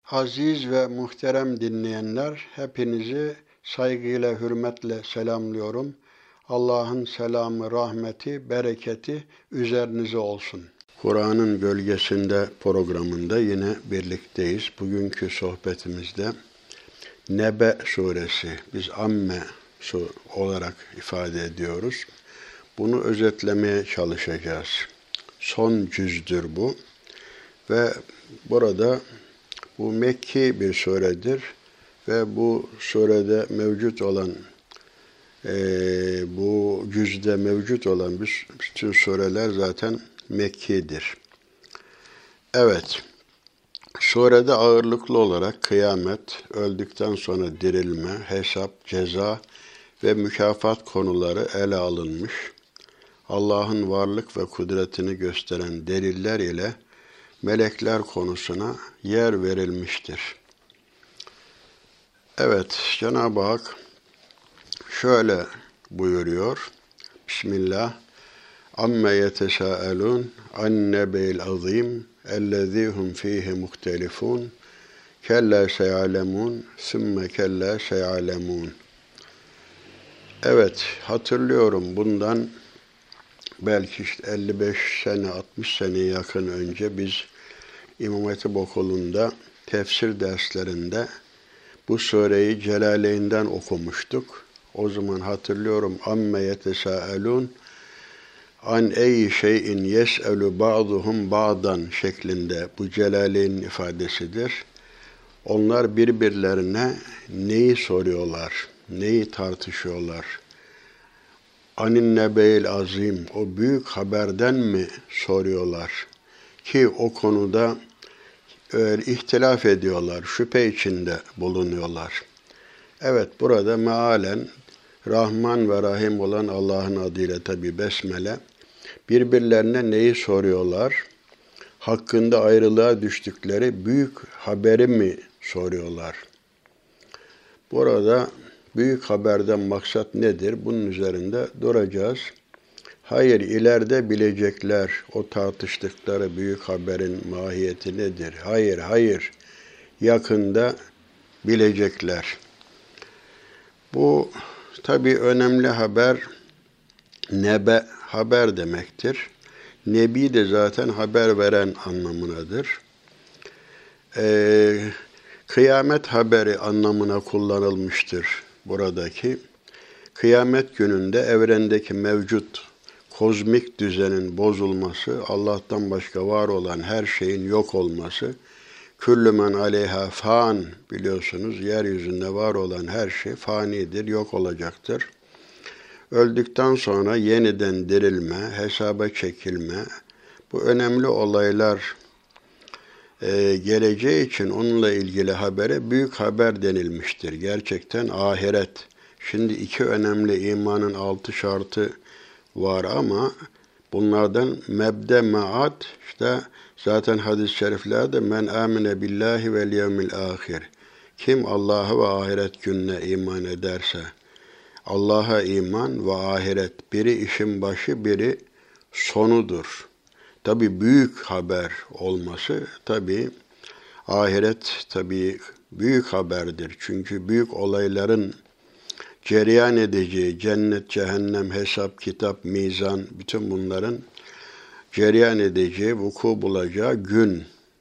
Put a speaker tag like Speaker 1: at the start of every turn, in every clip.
Speaker 1: Aziz ve muhterem dinleyenler, hepinizi saygıyla, hürmetle selamlıyorum. Allah'ın selamı, rahmeti, bereketi üzerinize olsun. Kur'an'ın Gölgesinde programında yine birlikteyiz. Bugünkü sohbetimizde Nebe suresi, biz Amme olarak ifade ediyoruz. Bunu özetlemeye çalışacağız. Son cüzdür bu ve burada bu Mekki bir suredir ve bu surede mevcut olan, bu cüzde mevcut olan bütün sureler zaten Mekki'dir. Evet, surede ağırlıklı olarak kıyamet, öldükten sonra dirilme, hesap, ceza ve mükafat konuları ele alınmış. Allah'ın varlık ve kudretini gösteren deliller ile melekler konusuna yer verilmiştir. Evet, Cenab-ı Hak şöyle buyuruyor. Bismillah. Amme yetesâelûn annebe'il azîm ellezî hum fîhi muhtelifûn kella seyalemûn sümme kella seyalemûn. Evet, hatırlıyorum bundan belki 55 sene, 60 sene yakın önce biz İmam Hatip Okulu'nda tefsir derslerinde bu sureyi Celaleyn'den okumuştuk. O zaman hatırlıyorum, amme yetesâelûn an eyyi şeyin yes'elü ba'duhum ba'dan şeklinde bu Celaleyn'in ifadesidir. Onlar birbirlerine neyi soruyorlar, neyi tartışıyorlar? Anin nebe'il azim, o büyük haberden mi soruyorlar? Ki o konuda ihtilaf ediyorlar, şüphe içinde bulunuyorlar. Evet, burada mealen Rahman ve Rahim olan Allah'ın adıyla tabi besmele, birbirlerine neyi soruyorlar? Hakkında ayrılığa düştükleri büyük haberi mi soruyorlar? Burada büyük haberden maksat nedir? Bunun üzerinde duracağız. Hayır, ileride bilecekler o tartıştıkları büyük haberin mahiyeti nedir? Hayır, yakında bilecekler. Bu tabii önemli haber, nebe haber demektir. Nebi de zaten haber veren anlamındadır. Kıyamet haberi anlamına kullanılmıştır buradaki. Kıyamet gününde evrendeki mevcut kozmik düzenin bozulması, Allah'tan başka var olan her şeyin yok olması, küllü men aleyha fan, biliyorsunuz yeryüzünde var olan her şey fanidir, yok olacaktır. Öldükten sonra yeniden dirilme, hesaba çekilme, bu önemli olaylar geleceği için onunla ilgili habere büyük haber denilmiştir. Gerçekten ahiret. Şimdi iki önemli imanın 6 şartı var ama bunlardan mebde maat, işte zaten hadis-i şeriflerde men amine billahi vel yevmil ahir. Kim Allah'a ve ahiret gününe iman ederse, Allah'a iman ve ahiret biri işin başı, biri sonudur. Tabi büyük haber olması, tabi ahiret tabi büyük haberdir. Çünkü büyük olayların cereyan edeceği, cennet, cehennem, hesap, kitap, mizan, bütün bunların cereyan edeceği, vuku bulacağı gün.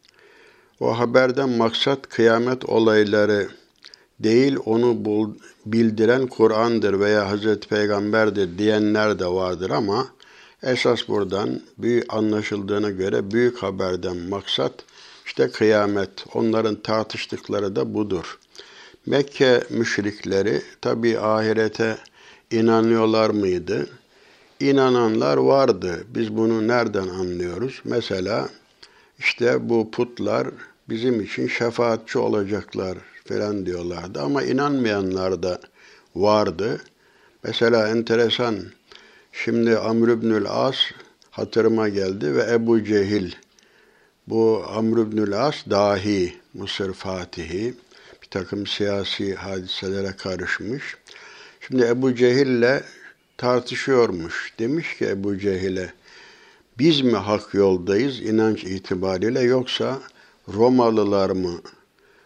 Speaker 1: O haberden maksat kıyamet olayları değil, onu bildiren Kur'an'dır veya Hazreti Peygamber'dir diyenler de vardır ama esas buradan anlaşıldığına göre büyük haberden maksat işte kıyamet. Onların tartıştıkları da budur. Mekke müşrikleri tabi ahirete inanıyorlar mıydı? İnananlar vardı. Biz bunu nereden anlıyoruz? Mesela işte bu putlar bizim için şefaatçi olacaklar falan diyorlardı. Ama inanmayanlar da vardı. Mesela enteresan, şimdi Amr ibnül As hatırıma geldi ve Ebu Cehil. Bu Amr ibnül As dahi, Mısır Fatihi, bir takım siyasi hadiselere karışmış. Şimdi Ebu Cehil'le tartışıyormuş. Demiş ki Ebu Cehil'e, biz mi hak yoldayız inanç itibariyle, yoksa Romalılar mı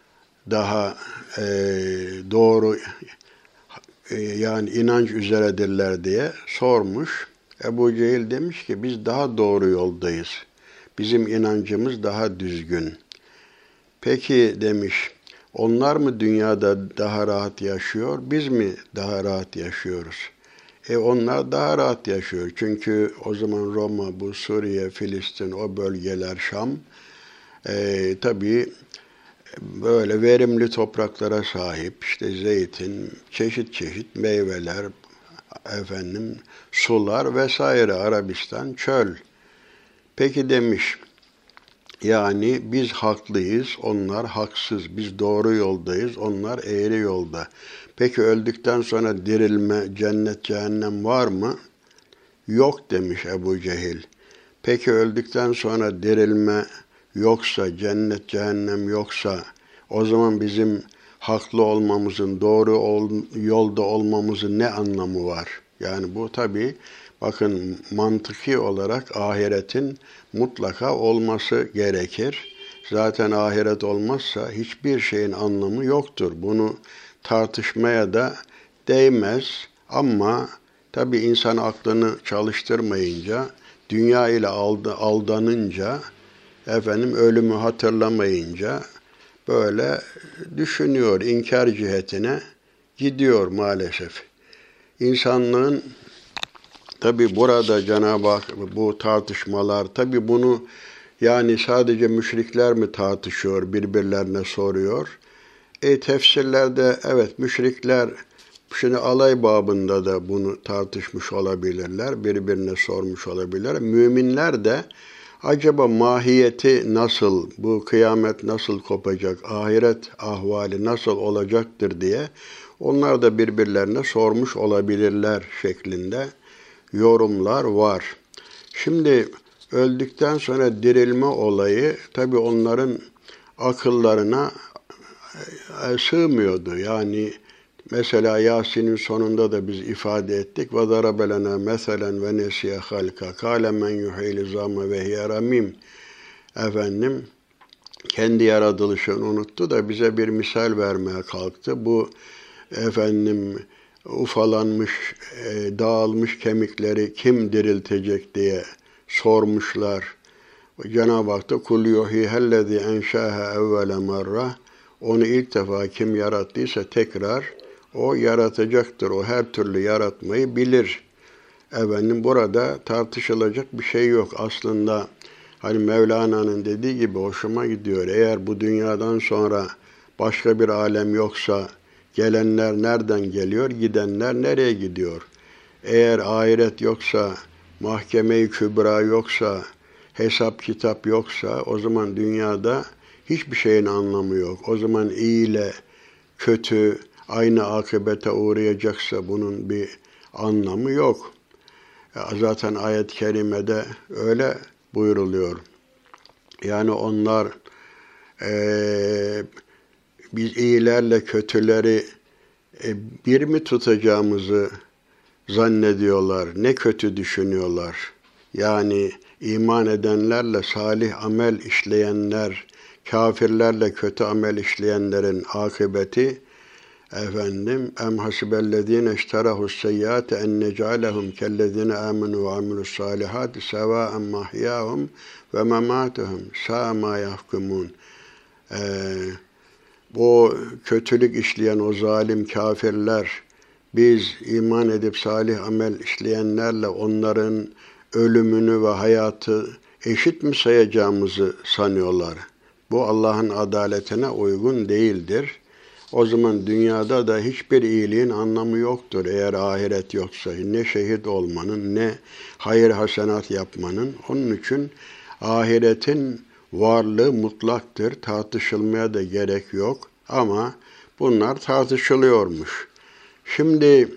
Speaker 1: daha doğru yani inanç üzeredirler diye sormuş. Ebu Cehil demiş ki biz daha doğru yoldayız. Bizim inancımız daha düzgün. Peki demiş, onlar mı dünyada daha rahat yaşıyor, biz mi daha rahat yaşıyoruz? Onlar daha rahat yaşıyor. Çünkü o zaman Roma, bu Suriye, Filistin, o bölgeler, Şam, tabii böyle verimli topraklara sahip, işte zeytin, çeşit çeşit meyveler, sular vesaire, Arabistan, çöl. Peki demiş, yani biz haklıyız, onlar haksız. Biz doğru yoldayız, onlar eğri yolda. Peki öldükten sonra dirilme, cennet, cehennem var mı? Yok demiş Ebu Cehil. Peki öldükten sonra dirilme yoksa, cennet, cehennem yoksa, o zaman bizim haklı olmamızın, yolda olmamızın ne anlamı var? Yani bu tabii, bakın, mantıki olarak ahiretin mutlaka olması gerekir. Zaten ahiret olmazsa hiçbir şeyin anlamı yoktur. Bunu tartışmaya da değmez. Ama tabii insan aklını çalıştırmayınca, dünya ile aldanınca, ölümü hatırlamayınca böyle düşünüyor, inkar cihetine gidiyor maalesef. İnsanlığın tabi burada Cenab-ı Hak bu tartışmalar, tabi bunu yani sadece müşrikler mi tartışıyor, birbirlerine soruyor? Tefsirlerde evet, müşrikler şimdi alay babında da bunu tartışmış olabilirler, birbirine sormuş olabilirler. Müminler de acaba mahiyeti nasıl, bu kıyamet nasıl kopacak, ahiret ahvali nasıl olacaktır diye onlar da birbirlerine sormuş olabilirler şeklinde yorumlar var. Şimdi öldükten sonra dirilme olayı tabii onların akıllarına sığmıyordu. Yani mesela Yasin'in sonunda da biz ifade ettik. وَضَرَبَ لَنَا مَثَلًا وَنَسِيَ خَلْقَ قَالَ مَنْ يُحْيِي الْعِظَامَ وَهِيَ رَمِيمٌ. Kendi yaratılışını unuttu da bize bir misal vermeye kalktı. Bu ufalanmış, dağılmış kemikleri kim diriltecek diye sormuşlar. Cenab-ı Hak da kul yuhihellezî enşâhe evvele merre, onu ilk defa kim yarattıysa tekrar o yaratacaktır. O her türlü yaratmayı bilir. Burada tartışılacak bir şey yok. Aslında hani Mevlana'nın dediği gibi hoşuma gidiyor. Eğer bu dünyadan sonra başka bir alem yoksa gelenler nereden geliyor, gidenler nereye gidiyor? Eğer ahiret yoksa, mahkeme-i kübra yoksa, hesap kitap yoksa o zaman dünyada hiçbir şeyin anlamı yok. O zaman iyi ile kötü aynı akıbete uğrayacaksa bunun bir anlamı yok. Zaten ayet-i kerimede öyle buyuruluyor. Yani onlar biz iyilerle kötüleri bir mi tutacağımızı zannediyorlar. Ne kötü düşünüyorlar. Yani iman edenlerle salih amel işleyenler, kafirlerle kötü amel işleyenlerin akıbeti em hasibellezine işterahus seyyiate en necalehum kellezine amenu ve amilus salihati sevaen mahyahum ve mematuhum sa'a ma yahkumun. Bu kötülük işleyen o zalim kafirler, biz iman edip salih amel işleyenlerle onların ölümünü ve hayatı eşit mi sayacağımızı sanıyorlar. Bu Allah'ın adaletine uygun değildir. O zaman dünyada da hiçbir iyiliğin anlamı yoktur eğer ahiret yoksa. Ne şehit olmanın, ne hayır hasenat yapmanın. Onun için ahiretin varlığı mutlaktır. Tartışılmaya da gerek yok. Ama bunlar tartışılıyormuş. Şimdi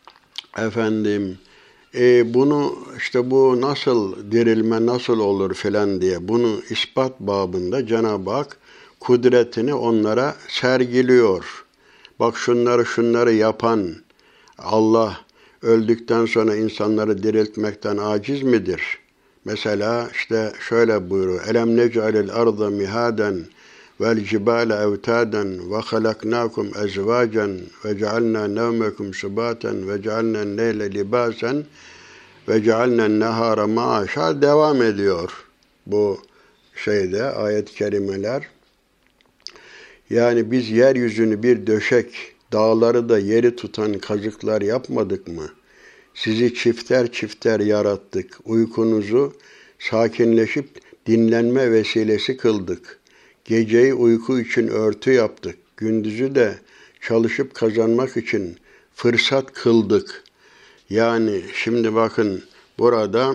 Speaker 1: bunu işte bu nasıl dirilme nasıl olur filan diye bunu ispat babında Cenab-ı Hak kudretini onlara sergiliyor. Bak şunları yapan Allah öldükten sonra insanları diriltmekten aciz midir? Mesela işte şöyle buyuruyor. Elem nec'alil arda mihaden vel cibale evtaden ve halaknakum ezvacen ve cealna nevmekum subaten ve cealna neyle libasen ve cealna nehara maaşa devam ediyor bu ayet-i kerimeler. Yani biz yeryüzünü bir döşek, dağları da yeri tutan kazıklar yapmadık mı? Sizi çifter çifter yarattık. Uykunuzu sakinleşip dinlenme vesilesi kıldık. Geceyi uyku için örtü yaptık. Gündüzü de çalışıp kazanmak için fırsat kıldık. Yani şimdi bakın burada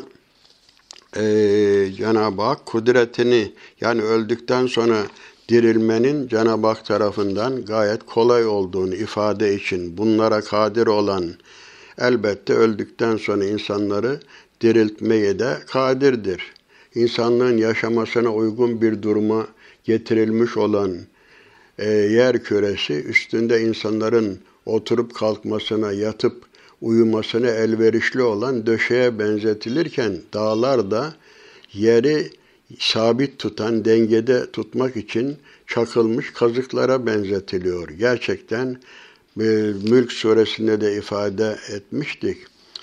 Speaker 1: Cenab-ı Hak kudretini, yani öldükten sonra dirilmenin Cenab-ı Hak tarafından gayet kolay olduğunu ifade için bunlara kadir olan, elbette öldükten sonra insanları diriltmeye de kadirdir. İnsanlığın yaşamasına uygun bir duruma getirilmiş olan yer küresi, üstünde insanların oturup kalkmasına, yatıp uyumasına elverişli olan döşeye benzetilirken, dağlar da yeri sabit tutan, dengede tutmak için çakılmış kazıklara benzetiliyor. Gerçekten Mülk suresinde de ifade etmiştik.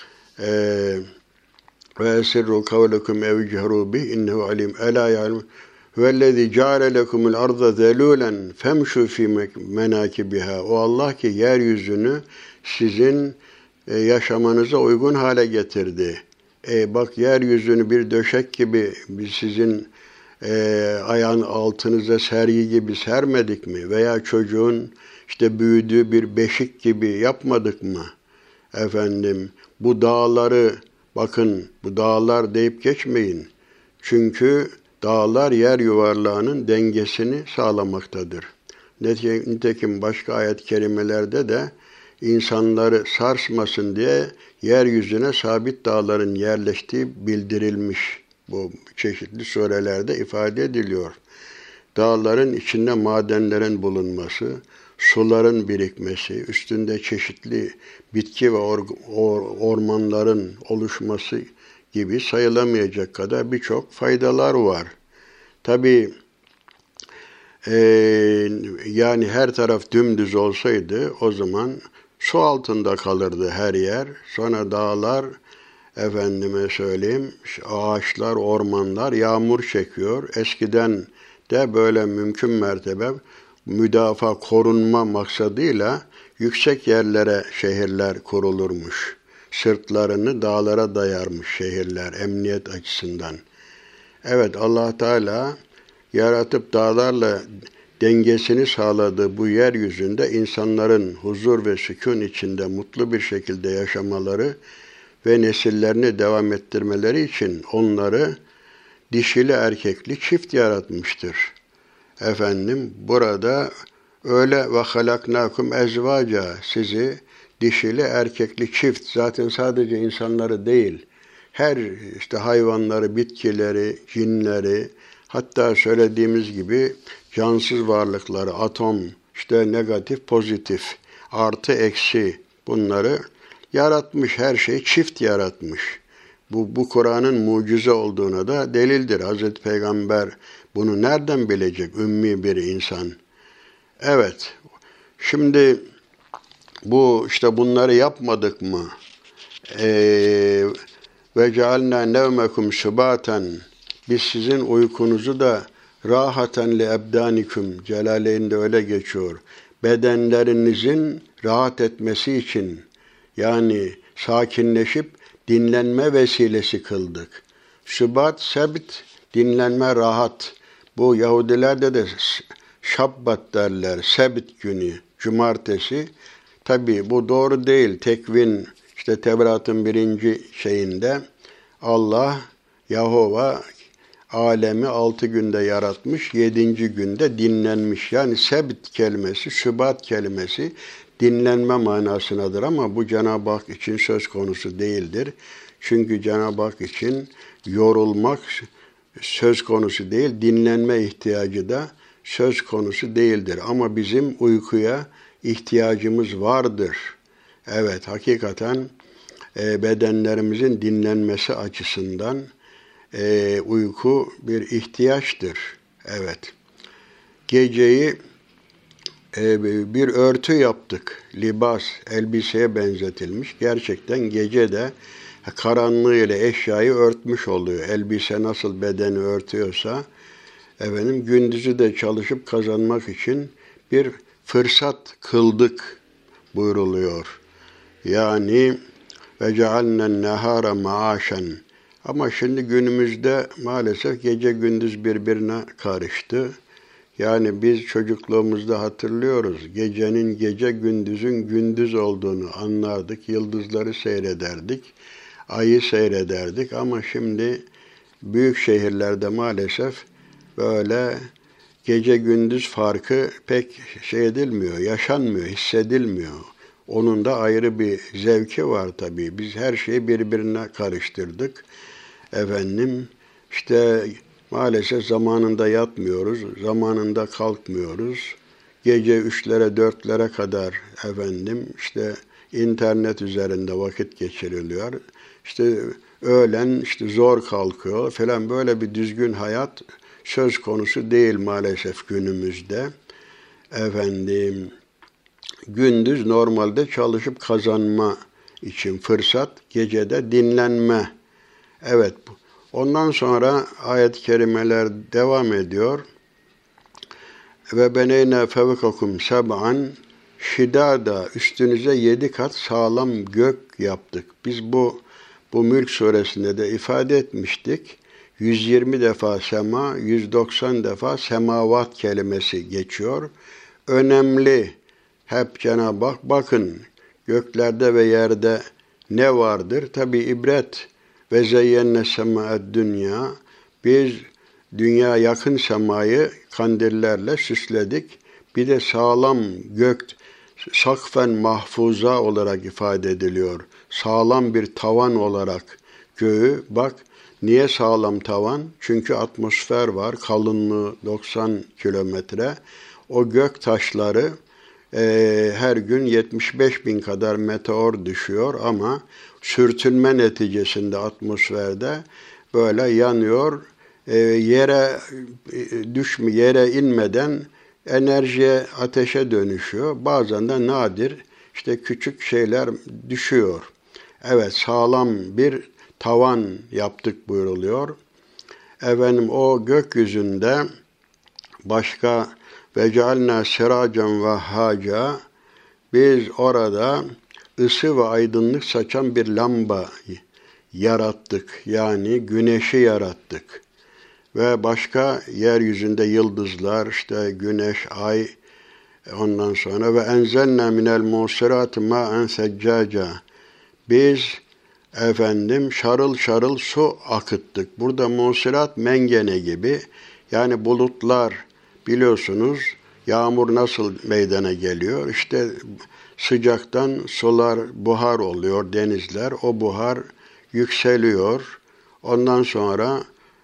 Speaker 1: Ve esirru kavlekum ev cehru bih innehu alim ela ya'lem vellezî ceale lekumul arda zelûlen femşu fî menâkibiha. O Allah ki yeryüzünü sizin yaşamanıza uygun hale getirdi. Bak, yeryüzünü bir döşek gibi sizin ayağın altınıza sergi gibi sermedik mi? Veya çocuğun büyüdüğü bir beşik gibi yapmadık mı? Bu dağları, bakın, bu dağlar deyip geçmeyin. Çünkü dağlar yer yuvarlağının dengesini sağlamaktadır. Nitekim başka ayet-i kerimelerde de insanları sarsmasın diye yeryüzüne sabit dağların yerleştiği bildirilmiş. Bu çeşitli surelerde ifade ediliyor. Dağların içinde madenlerin bulunması, suların birikmesi, üstünde çeşitli bitki ve ormanların oluşması gibi sayılamayacak kadar birçok faydalar var. Tabii yani her taraf dümdüz olsaydı o zaman su altında kalırdı her yer. Sonra dağlar, ağaçlar, ormanlar yağmur çekiyor. Eskiden de böyle mümkün mertebe müdafaa, korunma maksadıyla yüksek yerlere şehirler kurulurmuş. Sırtlarını dağlara dayarmış şehirler emniyet açısından. Evet, Allah Teala yaratıp dağlarla dengesini sağladığı bu yeryüzünde insanların huzur ve sükun içinde mutlu bir şekilde yaşamaları ve nesillerini devam ettirmeleri için onları dişili erkekli çift yaratmıştır. Burada öyle ve halaknakum ezvaca, sizi dişili erkekli çift, zaten sadece insanları değil, her hayvanları, bitkileri, cinleri, hatta söylediğimiz gibi cansız varlıkları, atom, negatif, pozitif, artı, eksi, bunları yaratmış, her şeyi çift yaratmış. Bu Kur'an'ın mucize olduğuna da delildir. Hazreti Peygamber bunu nereden bilecek ümmi bir insan? Evet, şimdi bunları yapmadık mı? Ve cealna nevmekum subaten, biz sizin uykunuzu da rahaten li ebdanikum, Celaleyn'de öyle geçiyor. Bedenlerinizin rahat etmesi için, yani sakinleşip dinlenme vesilesi kıldık. Sübat, sebt, dinlenme, rahat. Bu Yahudilerde de şabbat derler, sebt günü, cumartesi. Tabi bu doğru değil. Tekvin, Tevrat'ın 1. şeyinde Allah, Yahova alemi 6 günde yaratmış, 7. günde dinlenmiş. Yani sebt kelimesi, sübat kelimesi dinlenme manasınadır ama bu Cenab-ı Hak için söz konusu değildir. Çünkü Cenab-ı Hak için yorulmak söz konusu değil, dinlenme ihtiyacı da söz konusu değildir. Ama bizim uykuya ihtiyacımız vardır. Evet, hakikaten bedenlerimizin dinlenmesi açısından uyku bir ihtiyaçtır. Evet. geceyi bir örtü yaptık. Libas, elbiseye benzetilmiş. Gerçekten gece de karanlığıyla eşyayı örtmüş oluyor. Elbise nasıl bedeni örtüyorsa, gündüzü de çalışıp kazanmak için bir fırsat kıldık buyruluyor. Yani ve cealnen nehara maaşen. Ama şimdi günümüzde maalesef gece gündüz birbirine karıştı. Yani biz çocukluğumuzda hatırlıyoruz. Gecenin gece, gündüzün gündüz olduğunu anlardık. Yıldızları seyrederdik. Ayı seyrederdik ama şimdi büyük şehirlerde maalesef böyle gece gündüz farkı pek şey edilmiyor, yaşanmıyor, hissedilmiyor. Onun da ayrı bir zevki var tabii. Biz her şeyi birbirine karıştırdık. İşte maalesef zamanında yatmıyoruz, zamanında kalkmıyoruz. Gece 3'lere 4'lere kadar işte internet üzerinde vakit geçiriliyor. İşte öğlen işte zor kalkıyor falan, böyle bir düzgün hayat söz konusu değil maalesef günümüzde. Gündüz normalde çalışıp kazanma için fırsat, gecede dinlenme. Evet, ondan sonra ayet-i kerimeler devam ediyor. Ve beneyne fevkakum seb'an şidada, üstünüze 7 kat sağlam gök yaptık. Biz bu Mülk suresinde de ifade etmiştik. 120 defa sema, 190 defa semavat kelimesi geçiyor. Önemli. Hep Cenab-ı Hak bakın göklerde ve yerde ne vardır? Tabi ibret. Ve zeyyenne sema'ed dünya. Biz dünya yakın semayı kandillerle süsledik. Bir de sağlam gök, sakfen mahfuza olarak ifade ediliyor. Sağlam bir tavan olarak göğü, bak niye sağlam tavan? Çünkü atmosfer var, kalınlığı 90 kilometre. O gök taşları her gün 75 bin kadar meteor düşüyor ama sürtünme neticesinde atmosferde böyle yanıyor. Yere inmeden enerjiye, ateşe dönüşüyor. Bazen de nadir işte küçük şeyler düşüyor. Evet, sağlam bir tavan yaptık buyruluyor. O gökyüzünde başka ve cealna siracen vehhaca, biz orada ısı ve aydınlık saçan bir lamba yarattık. Yani güneşi yarattık. Ve başka yeryüzünde yıldızlar, işte güneş, ay, ondan sonra ve enzelna minel musirati ma'en seccaca. Biz şarıl şarıl su akıttık. Burada musirat mengene gibi, yani bulutlar, biliyorsunuz yağmur nasıl meydana geliyor? İşte sıcaktan sular buhar oluyor, denizler. O buhar yükseliyor. Ondan sonra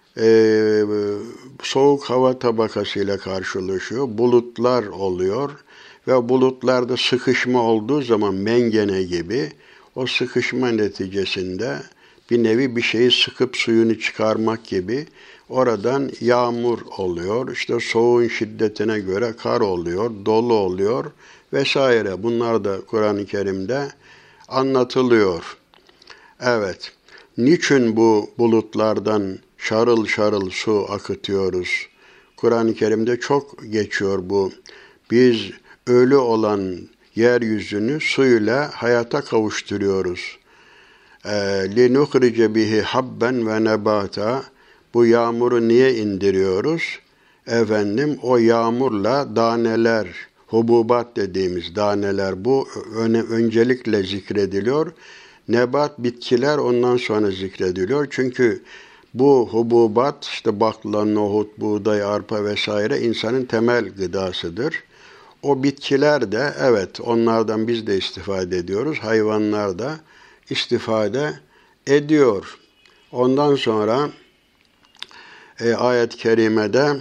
Speaker 1: soğuk hava tabakasıyla karşılaşıyor. Bulutlar oluyor ve bulutlarda sıkışma olduğu zaman mengene gibi, o sıkışma neticesinde bir nevi bir şeyi sıkıp suyunu çıkarmak gibi oradan yağmur oluyor. İşte soğuğun şiddetine göre kar oluyor, dolu oluyor vesaire. Bunlar da Kur'an-ı Kerim'de anlatılıyor. Evet. Niçin bu bulutlardan şarıl şarıl su akıtıyoruz? Kur'an-ı Kerim'de çok geçiyor bu. Biz ölü olan yeryüzünü suyla hayata kavuşturuyoruz. لِنُخْرِجَ بِهِ habben ve nebata. Bu yağmuru niye indiriyoruz? O yağmurla daneler, hububat dediğimiz daneler, bu öncelikle zikrediliyor. Nebat, bitkiler ondan sonra zikrediliyor. Çünkü bu hububat, işte bakla, nohut, buğday, arpa vesaire insanın temel gıdasıdır. O bitkiler de, evet, onlardan biz de istifade ediyoruz. Hayvanlar da istifade ediyor. Ondan sonra ayet-i kerimede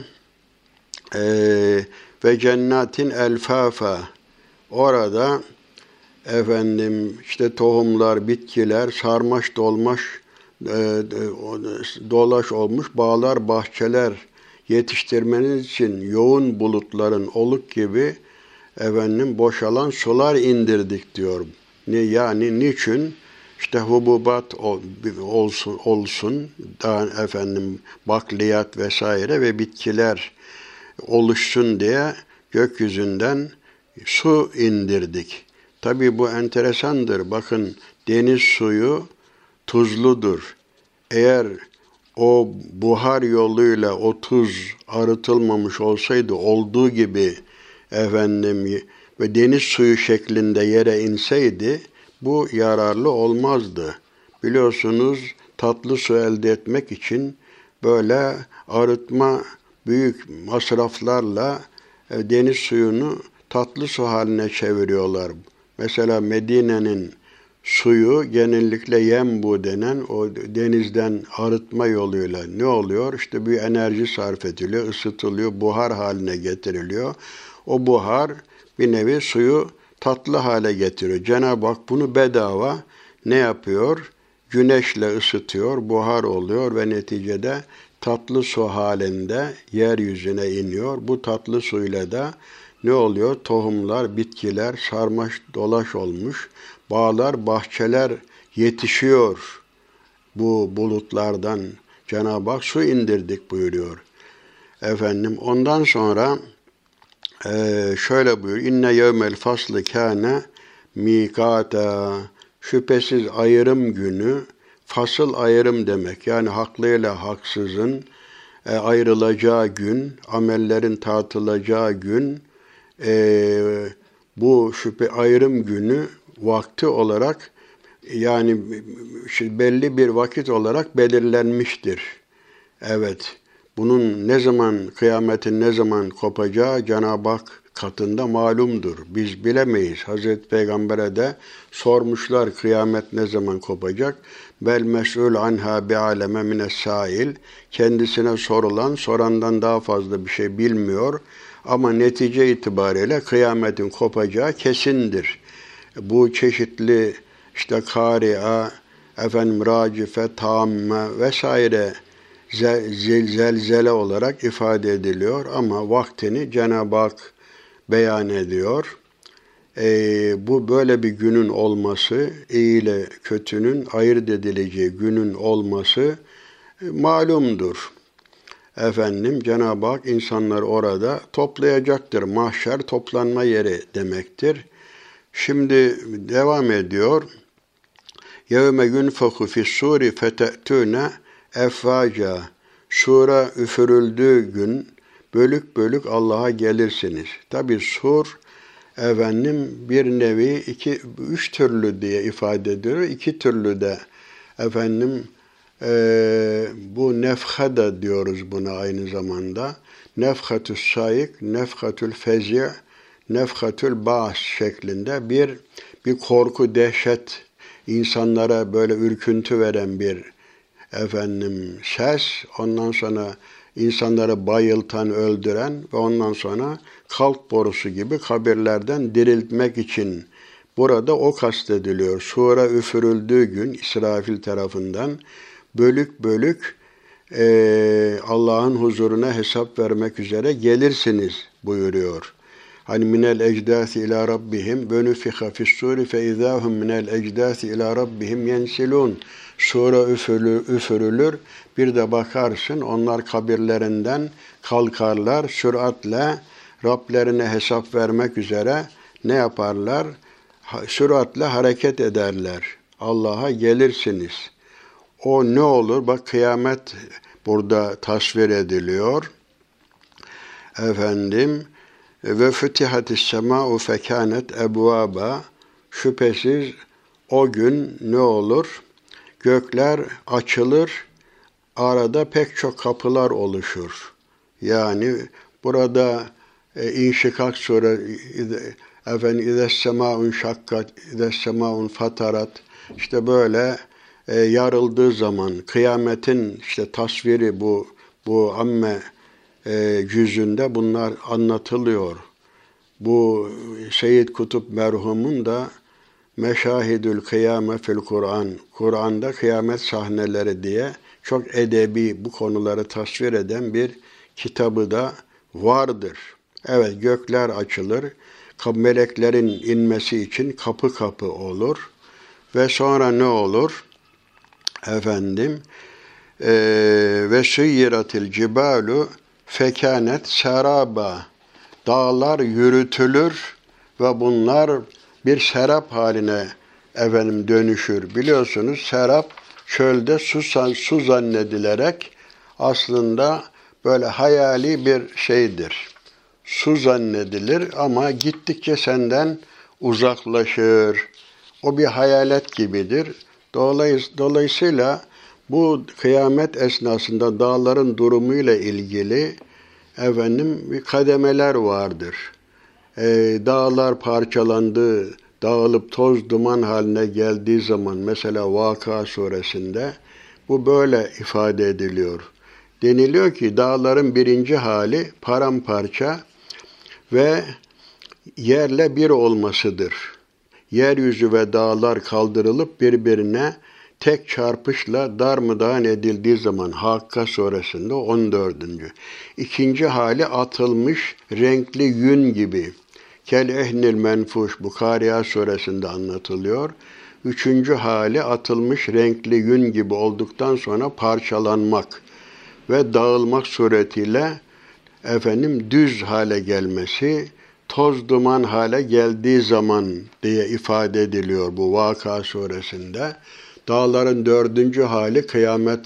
Speaker 1: ve cennetin elfafa, orada işte tohumlar, bitkiler, sarmaş dolmaş, dolaş olmuş bağlar, bahçeler yetiştirmeniz için yoğun bulutların oluk gibi boşalan sular indirdik diyor. Yani niçin? İşte hububat olsun, daha bakliyat vesaire ve bitkiler oluşsun diye gökyüzünden su indirdik. Tabii bu enteresandır. Bakın deniz suyu tuzludur. Eğer o buhar yoluyla o tuz arıtılmamış olsaydı olduğu gibi ve deniz suyu şeklinde yere inseydi bu yararlı olmazdı. Biliyorsunuz tatlı su elde etmek için böyle arıtma büyük masraflarla deniz suyunu tatlı su haline çeviriyorlar. Mesela Medine'nin suyu genellikle yembu denen o denizden arıtma yoluyla ne oluyor? İşte bir enerji sarf ediliyor, ısıtılıyor, buhar haline getiriliyor. O buhar bir nevi suyu tatlı hale getiriyor. Cenab-ı Hak bunu bedava ne yapıyor? Güneşle ısıtıyor, buhar oluyor ve neticede tatlı su halinde yeryüzüne iniyor. Bu tatlı suyla da ne oluyor? Tohumlar, bitkiler sarmaş dolaş olmuş. Bağlar, bahçeler yetişiyor. Bu bulutlardan Cenab-ı Hak su indirdik buyuruyor. Ondan sonra şöyle buyuruyor. İnne yevmel faslı kâne mikâta. Şüphesiz ayrım günü, fasıl ayrım demek. Yani haklıyla haksızın ayrılacağı gün, amellerin tartılacağı gün, bu ayrım günü vakti olarak yani belli bir vakit olarak belirlenmiştir. Evet, bunun ne zaman, kıyametin ne zaman kopacağı Cenab-ı Hak katında malumdur. Biz bilemeyiz. Hazreti Peygamber'e de sormuşlar kıyamet ne zaman kopacak? Bel mes'ul anha bi'aleme mine's-sail. Kendisine sorulan, sorandan daha fazla bir şey bilmiyor. Ama netice itibariyle kıyametin kopacağı kesindir. Bu çeşitli işte kâri'a, racife, tamme vesaire zelzele olarak ifade ediliyor ama vaktini Cenab-ı Hak beyan ediyor. Bu böyle bir günün olması, iyi ile kötünün ayırt edileceği günün olması malumdur. Cenab-ı Hak insanlar orada toplayacaktır. Mahşer toplanma yeri demektir. Şimdi devam ediyor. يَوْمَ يُنْفَخُ فِي السُّورِ فَتَأْتُونَ efvaca. Sura üfürüldüğü gün bölük bölük Allah'a gelirsiniz. Tabi sur bir nevi üç türlü diye ifade ediyor. İki türlü de bu nefha da diyoruz buna aynı zamanda. Nefhatü's sayık, nefhatül fezi', nefhatül ba'as şeklinde bir korku, dehşet, insanlara böyle ürküntü veren bir ses, ondan sonra insanları bayıltan, öldüren ve ondan sonra kalp borusu gibi kabirlerden diriltmek için burada o kastediliyor. Sura üfürüldüğü gün İsrafil tarafından bölük bölük Allah'ın huzuruna hesap vermek üzere gelirsiniz buyuruyor. Hani minel ecdâsi ila rabbihim ve nufiha fis-sûri fe izâhum minel ecdâsi ila rabbihim yensilûn. Sura üfürülür. Bir de bakarsın onlar kabirlerinden kalkarlar süratle Rablerine hesap vermek üzere ne yaparlar? Süratle hareket ederler. Allah'a gelirsiniz. O ne olur? Bak kıyamet burada tasvir ediliyor. Ve fütihatis semâ'u fekânet ebvâba. Şüphesiz o gün ne olur? Gökler açılır, arada pek çok kapılar oluşur. Yani burada İnşikak Sure, İzes-semâ'un şakkat, İzes-semâ'un fatarat, işte böyle yarıldığı zaman kıyametin işte tasviri bu amme cüzünde bunlar anlatılıyor. Bu Seyyid Kutup merhumun da Meşahidül Kıyame fil Kur'an, Kur'an'da kıyamet sahneleri diye çok edebi bu konuları tasvir eden bir kitabı da vardır. Evet, gökler açılır, meleklerin inmesi için kapı kapı olur ve sonra ne olur? Efendim, ve suyyiratil cibalu fekanet seraba, dağlar yürütülür ve bunlar bir serap haline dönüşür. Biliyorsunuz serap çölde su zannedilerek aslında böyle hayali bir şeydir. Su zannedilir ama gittikçe senden uzaklaşır. O bir hayalet gibidir. Dolayısıyla bu kıyamet esnasında dağların durumuyla ilgili bir kademeler vardır. Dağlar parçalandığı, dağılıp toz duman haline geldiği zaman mesela Vakıa suresinde bu böyle ifade ediliyor. Deniliyor ki dağların birinci hali paramparça ve yerle bir olmasıdır. Yeryüzü ve dağlar kaldırılıp birbirine tek çarpışla darmadağın edildiği zaman Hakka suresinde 14. İkinci hali atılmış renkli yün gibi. Kel ehnil menfuş Bukariya suresinde anlatılıyor. Üçüncü hali atılmış renkli yün gibi olduktan sonra parçalanmak ve dağılmak suretiyle düz hale gelmesi, toz duman hale geldiği zaman diye ifade ediliyor bu Vakıa suresinde. Dağların dördüncü hali kıyamet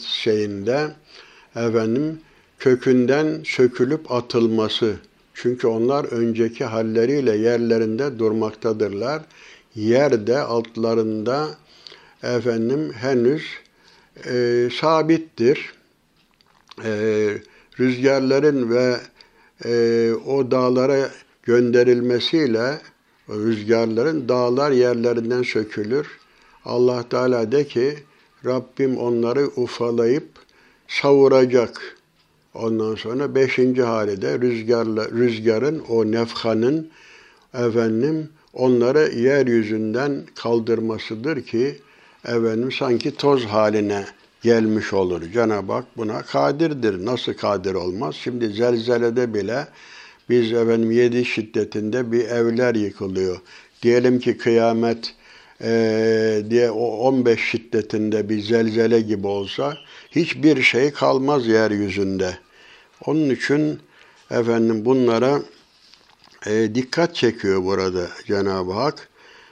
Speaker 1: kökünden sökülüp atılması. Çünkü onlar önceki halleriyle yerlerinde durmaktadırlar. Yerde altlarında henüz sabittir. Rüzgarların ve o dağlara gönderilmesiyle rüzgarların dağlar yerlerinden sökülür. Allah Teala de ki Rabbim onları ufalayıp savuracak. Ondan sonra 5. hali de rüzgarın o nefhanın onları yeryüzünden kaldırmasıdır ki sanki toz haline gelmiş olur. Cenab-ı Hak buna kadirdir. Nasıl kadir olmaz? Şimdi zelzelede bile biz 7 şiddetinde bir evler yıkılıyor. Diyelim ki kıyamet diye o 15 şiddetinde bir zelzele gibi olsa hiçbir şey kalmaz yeryüzünde. Onun için bunlara dikkat çekiyor burada Cenab-ı Hak.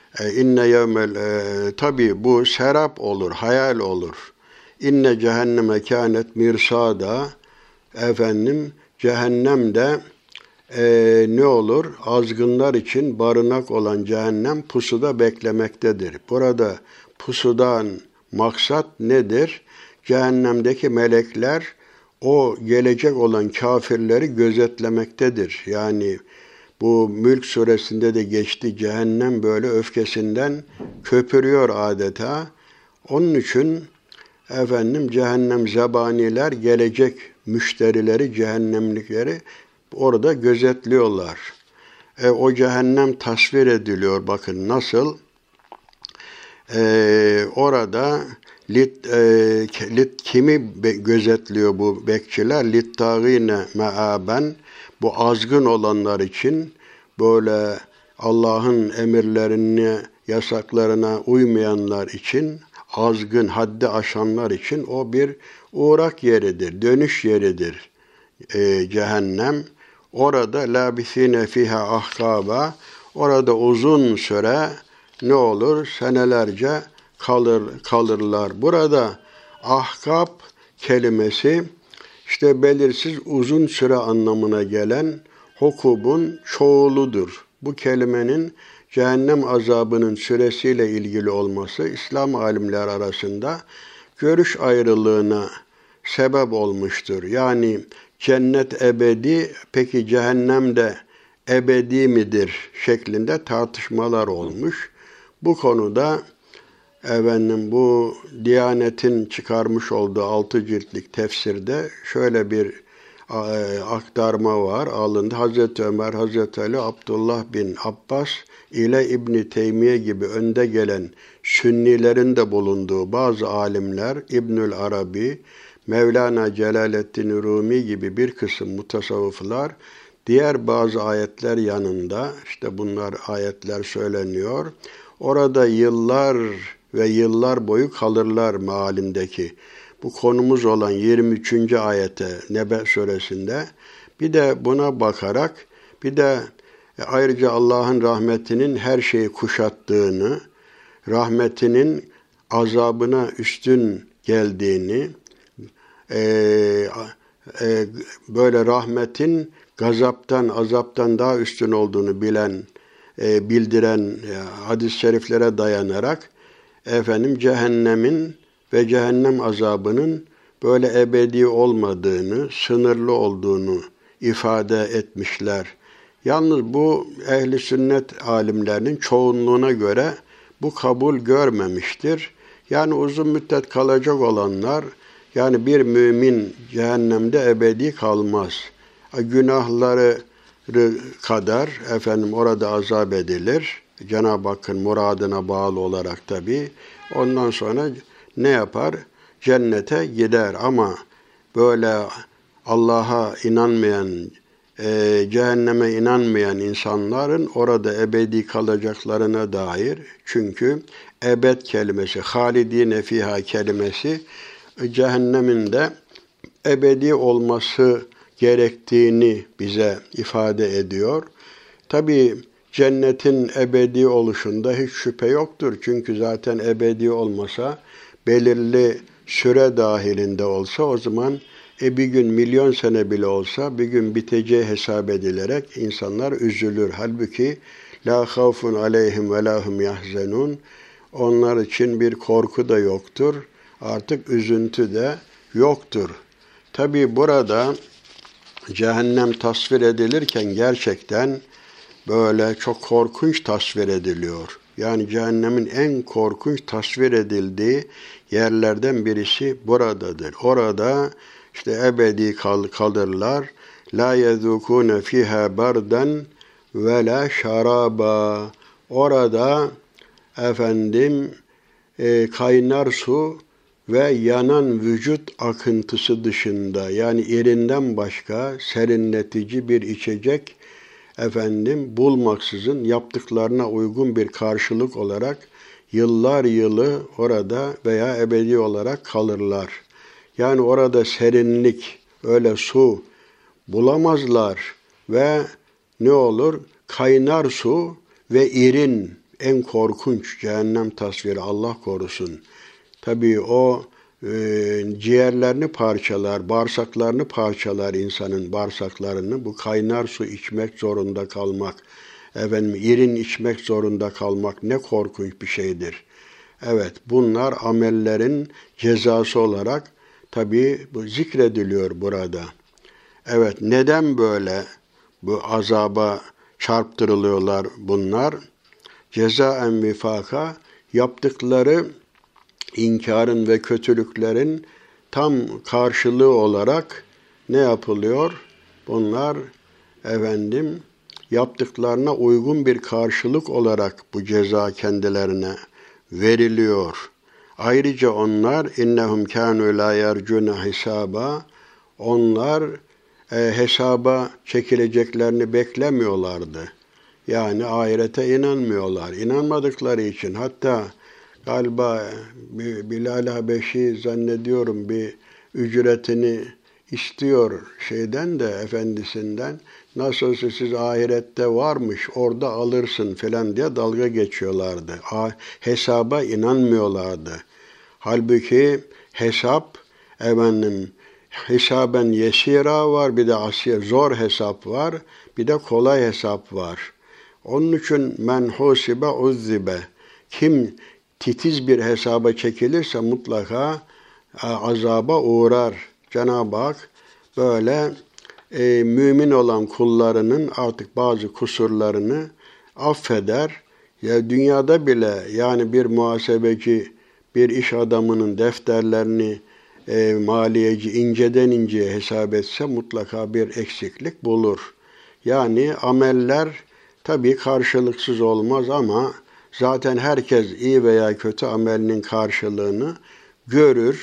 Speaker 1: Tabi bu serap olur, hayal olur. İnne cehenneme kânet mirsada. Cehennemde ne olur? Azgınlar için barınak olan cehennem pusuda beklemektedir. Burada pusudan maksat nedir? Cehennemdeki melekler o gelecek olan kafirleri gözetlemektedir. Yani bu Mülk suresinde de geçti. Cehennem böyle öfkesinden köpürüyor adeta. Onun için cehennem zebaniler gelecek müşterileri, cehennemlikleri orada gözetliyorlar. O cehennem tasvir ediliyor. Bakın nasıl? Orada kimi gözetliyor bu bekçiler? Littâgîne meâben, bu azgın olanlar için, böyle Allah'ın emirlerine, yasaklarına uymayanlar için, azgın, haddi aşanlar için o bir uğrak yeridir, dönüş yeridir cehennem. Orada lâbisîne fîhâ ahkâba, orada uzun süre ne olur? Senelerce kalırlar. Burada ahkab kelimesi işte belirsiz uzun süre anlamına gelen hukubun çoğuludur. Bu kelimenin cehennem azabının süresiyle ilgili olması İslam alimler arasında görüş ayrılığına sebep olmuştur. Yani cennet ebedi, peki cehennem de ebedi midir şeklinde tartışmalar olmuş. Bu konuda bu Diyanet'in çıkarmış olduğu 6 ciltlik tefsirde şöyle bir aktarma var, alındı. Hazreti Ömer, Hazreti Ali, Abdullah bin Abbas ile İbn Teymiye gibi önde gelen Sünnilerin de bulunduğu bazı alimler, İbnül Arabi, Mevlana Celaleddin Rumi gibi bir kısım mutasavvıflar diğer bazı ayetler yanında, işte bunlar ayetler söyleniyor. Orada yıllar ve yıllar boyu kalırlar mealindeki. Bu konumuz olan 23. ayete Nebe suresinde bir de buna bakarak bir de ayrıca Allah'ın rahmetinin her şeyi kuşattığını, rahmetinin azabına üstün geldiğini, böyle rahmetin gazaptan, azaptan daha üstün olduğunu bildiren hadis-i şeriflere dayanarak cehennemin ve cehennem azabının böyle ebedi olmadığını, sınırlı olduğunu ifade etmişler. Yalnız bu ehli sünnet alimlerinin çoğunluğuna göre bu kabul görmemiştir. Yani uzun müddet kalacak olanlar, yani bir mümin cehennemde ebedi kalmaz. Günahları kadar orada azap edilir. Cenab-ı Hakk'ın muradına bağlı olarak tabii. Ondan sonra ne yapar? Cennete gider ama böyle Allah'a inanmayan, cehenneme inanmayan insanların orada ebedi kalacaklarına dair, çünkü ebed kelimesi, halidine fiha kelimesi cehennemin de ebedi olması gerektiğini bize ifade ediyor. Tabii cennetin ebedi oluşunda hiç şüphe yoktur. Çünkü zaten ebedi olmasa, belirli süre dahilinde olsa, o zaman bir gün milyon sene bile olsa bir gün biteceği hesap edilerek insanlar üzülür. Halbuki la havfun aleyhim ve lahum yahzenun. Onlar için bir korku da yoktur. Artık üzüntü de yoktur. Tabii burada cehennem tasvir edilirken gerçekten böyle çok korkunç tasvir ediliyor. Yani cehennemin en korkunç tasvir edildiği yerlerden birisi buradadır. Orada işte ebedi kalırlar. La yezukune fiha bardan ve la şaraba. Orada kaynar su ve yanan vücut akıntısı dışında, yani irinden başka serinletici bir içecek bulmaksızın yaptıklarına uygun bir karşılık olarak yıllar yılı orada veya ebedi olarak kalırlar. Yani orada serinlik, öyle su bulamazlar ve ne olur? Kaynar su ve irin, en korkunç cehennem tasviri, Allah korusun. Tabii o ciğerlerini parçalar, bağırsaklarını parçalar insanın bağırsaklarını. Bu kaynar su içmek zorunda kalmak, irin içmek zorunda kalmak ne korkunç bir şeydir. Evet, bunlar amellerin cezası olarak tabii bu zikrediliyor burada. Evet, neden böyle bu azaba çarptırılıyorlar bunlar? Cezaen vifaka, yaptıkları İnkarın ve kötülüklerin tam karşılığı olarak ne yapılıyor? Bunlar yaptıklarına uygun bir karşılık olarak bu ceza kendilerine veriliyor. Ayrıca onlar innehum kânû lâ yercûne hisâbâ, onlar hesaba çekileceklerini beklemiyorlardı. Yani ahirete inanmıyorlar. İnanmadıkları için hatta galiba Bilal Habeşi zannediyorum bir ücretini istiyor efendisinden. Nasılsa siz ahirette varmış, orada alırsın falan diye dalga geçiyorlardı. Hesaba inanmıyorlardı. Halbuki hesap hesaben yesira var, bir de zor hesap var, bir de kolay hesap var. Onun için men husibe uzzibe. Kim titiz bir hesaba çekilirse mutlaka azaba uğrar. Cenab-ı Hak böyle mümin olan kullarının artık bazı kusurlarını affeder. Ya dünyada bile, yani bir muhasebeci, bir iş adamının defterlerini maliyeci inceden inceye hesap etse mutlaka bir eksiklik bulur. Yani ameller tabii karşılıksız olmaz ama zaten herkes iyi veya kötü amelinin karşılığını görür.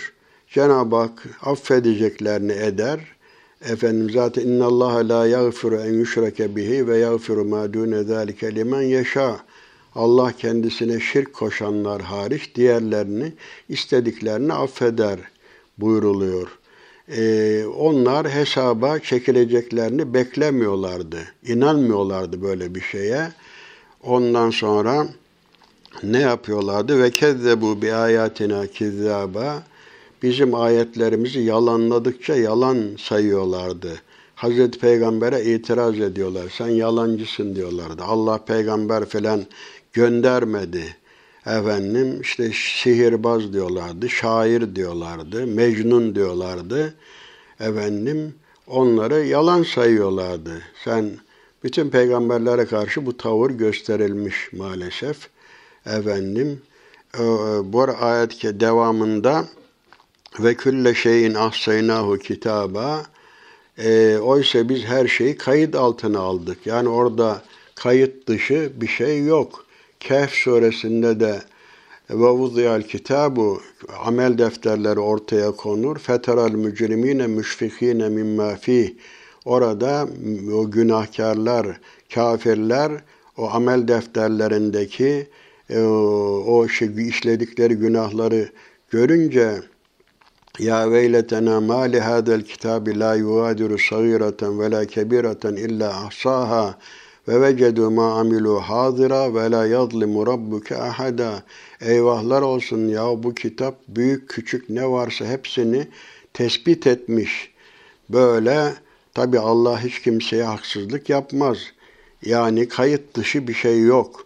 Speaker 1: Cenab-ı Hak affedeceklerini eder. Efendim zaten innallaha la yagfiru en yushrake bihi ve yagfiru ma dune zalike limen yeşâ. Allah kendisine şirk koşanlar hariç diğerlerini istediklerini affeder buyruluyor. Onlar hesaba çekileceklerini beklemiyorlardı. İnanmıyorlardı böyle bir şeye. Ondan sonra ne yapıyorlardı? Ve kezzebu bi ayatina kizzaba. Bizim ayetlerimizi yalanladıkça yalan sayıyorlardı. Hazreti Peygamber'e itiraz ediyorlar. Sen yalancısın diyorlardı. Allah peygamber falan göndermedi. Efendim işte sihirbaz diyorlardı, şair diyorlardı, mecnun diyorlardı. Efendim onları yalan sayıyorlardı. Bütün peygamberlere karşı bu tavır gösterilmiş maalesef. Efendim bu ayet devamında ve külle şeyin ahsaynahu kitaba. Oysa biz her şeyi kayıt altına aldık. Yani orada kayıt dışı bir şey yok. Kehf suresinde de ve vuziyal kitabu, amel defterleri ortaya konur. Feteral mücrimine müşfikine mimma fih. Orada o günahkarlar, kafirler o amel defterlerindeki o işledikleri günahları görünce ya veyletena ma li hadal kitabi la yugadiru sagireten ve la kebireten illa ahsaha ve vecedu ma amilu hazira ve la yazlimu rabbuke ahada. Eyvahlar olsun ya, bu kitap büyük küçük ne varsa hepsini tespit etmiş. Böyle tabi Allah hiç kimseye haksızlık yapmaz. Yani kayıt dışı bir şey yok.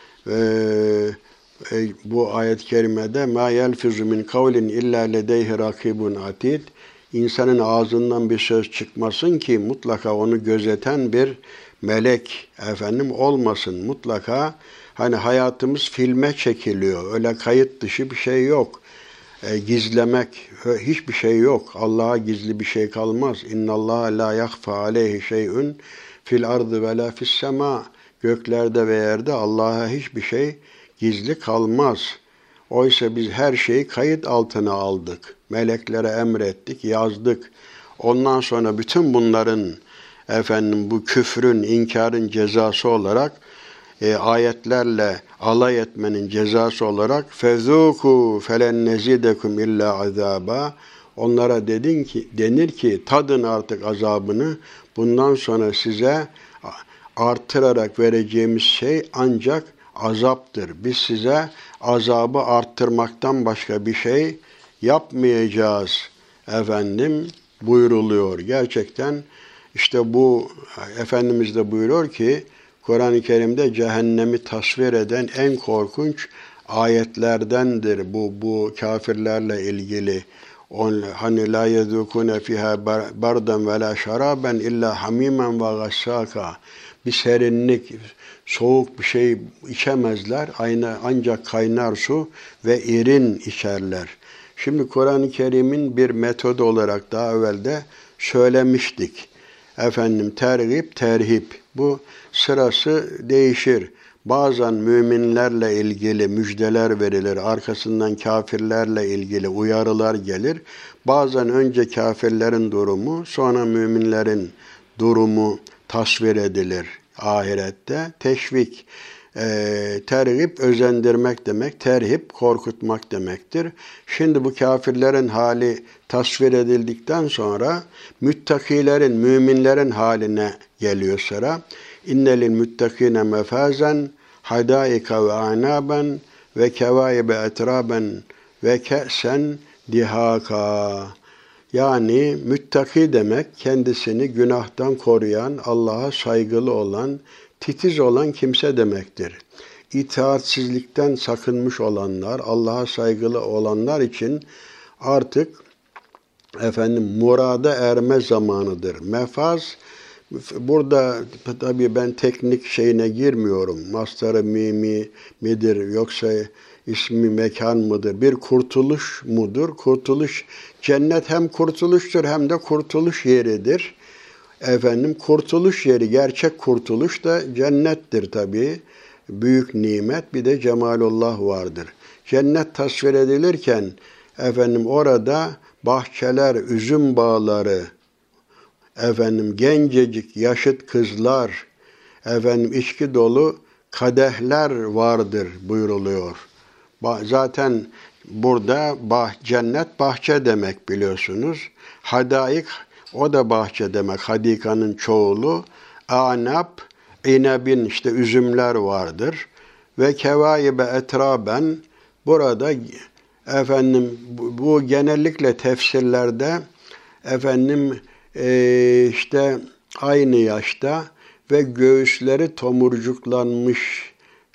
Speaker 1: Bu ayet-i kerimede ma yelfizu min kavlin illa ledeyhi rakibun atid. İnsanın ağzından bir söz çıkmasın ki mutlaka onu gözeten bir melek olmasın. Mutlaka hani hayatımız filme çekiliyor. Öyle kayıt dışı bir şey yok. Gizlemek hiçbir şey yok. Allah'a gizli bir şey kalmaz. İnnallaha la yahfa aleyhi şey'un fil ardı ve la fis sema. Göklerde ve yerde Allah'a hiçbir şey gizli kalmaz. Oysa biz her şeyi kayıt altına aldık. Meleklere emrettik, yazdık. Ondan sonra bütün bunların bu küfrün, inkarın cezası olarak ayetlerle alay etmenin cezası olarak fezuku felen nezidekum illa azaba. Onlara denir ki tadın artık azabını. Bundan sonra size artırarak vereceğimiz şey ancak azaptır. Biz size azabı arttırmaktan başka bir şey yapmayacağız buyruluyor. Gerçekten işte bu Efendimiz de buyuruyor ki Kur'an-ı Kerim'de cehennemi tasvir eden en korkunç ayetlerdendir bu kafirlerle ilgili. Hani la yezukune fiha bardan ve la şaraben illa hamimen ve gassaka. Bir serinlik, soğuk bir şey içemezler. Ancak kaynar su ve irin içerler. Şimdi Kur'an-ı Kerim'in bir metodu olarak daha evvel de söylemiştik. Tergib, terhip. Bu sırası değişir. Bazen müminlerle ilgili müjdeler verilir. Arkasından kafirlerle ilgili uyarılar gelir. Bazen önce kafirlerin durumu, sonra müminlerin durumu tasvir edilir ahirette. Teşvik, tergib özendirmek demek, terhip korkutmak demektir. Şimdi bu kafirlerin hali tasvir edildikten sonra müttakilerin, müminlerin haline geliyor sıra. İnnelil müttakine mefazen hadaika ve anaben ve kevaibe etraben ve ke'sen dihaka. Yani müttaki demek kendisini günahtan koruyan, Allah'a saygılı olan, titiz olan kimse demektir. İtaatsizlikten sakınmış olanlar, Allah'a saygılı olanlar için artık murada erme zamanıdır. Mefaz, burada tabii ben teknik şeyine girmiyorum. Mastarı midir yoksa ismi mekan mıdır? Bir kurtuluş mudur? Kurtuluş, cennet hem kurtuluştur hem de kurtuluş yeridir. Kurtuluş yeri, gerçek kurtuluş da cennettir tabii. Büyük nimet, bir de cemalullah vardır. Cennet tasvir edilirken orada bahçeler, üzüm bağları, efendim gencecik yaşıt kızlar, efendim içki dolu kadehler vardır buyruluyor. Zaten burada cennet bahçe demek biliyorsunuz. Hadaik o da bahçe demek. Hadikanın çoğulu. Anap, inebin işte üzümler vardır. Ve kevaibe etraben burada efendim bu genellikle tefsirlerde efendim işte aynı yaşta ve göğüsleri tomurcuklanmış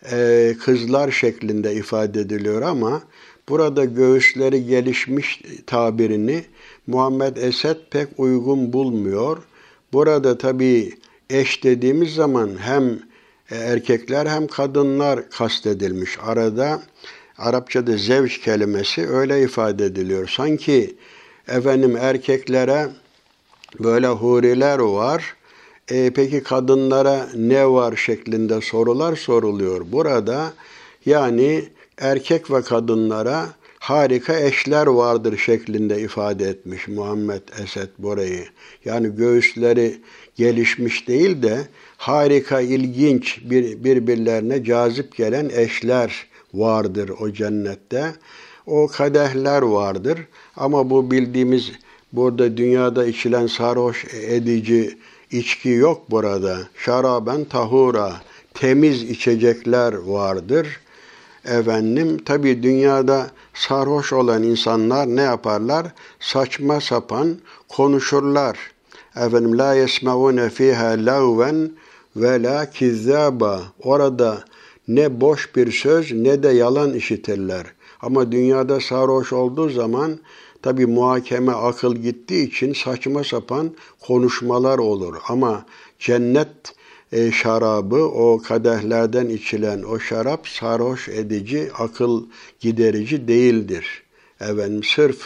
Speaker 1: kızlar şeklinde ifade ediliyor ama burada göğüsleri gelişmiş tabirini Muhammed Esed pek uygun bulmuyor. Burada tabii eş dediğimiz zaman hem erkekler hem kadınlar kastedilmiş. Arada Arapçada zevç kelimesi öyle ifade ediliyor. Sanki efendim erkeklere böyle huriler var. Peki kadınlara ne var şeklinde sorular soruluyor. Burada yani erkek ve kadınlara harika eşler vardır şeklinde ifade etmiş Muhammed Esed burayı. Yani göğüsleri gelişmiş değil de harika, ilginç, birbirlerine cazip gelen eşler vardır o cennette. O kadehler vardır ama bu bildiğimiz burada dünyada içilen sarhoş edici içki yok burada. Şaraben tahura, temiz içecekler vardır. Efendim tabi dünyada sarhoş olan insanlar ne yaparlar? Saçma sapan konuşurlar. Efendim la yesmeune fiha lagven ve la kizzaba. Orada ne boş bir söz ne de yalan işitirler. Ama dünyada sarhoş olduğu zaman tabi muhakeme akıl gittiği için saçma sapan konuşmalar olur. Ama cennet şarabı, o kadehlerden içilen o şarap sarhoş edici, akıl giderici değildir. Efendim sırf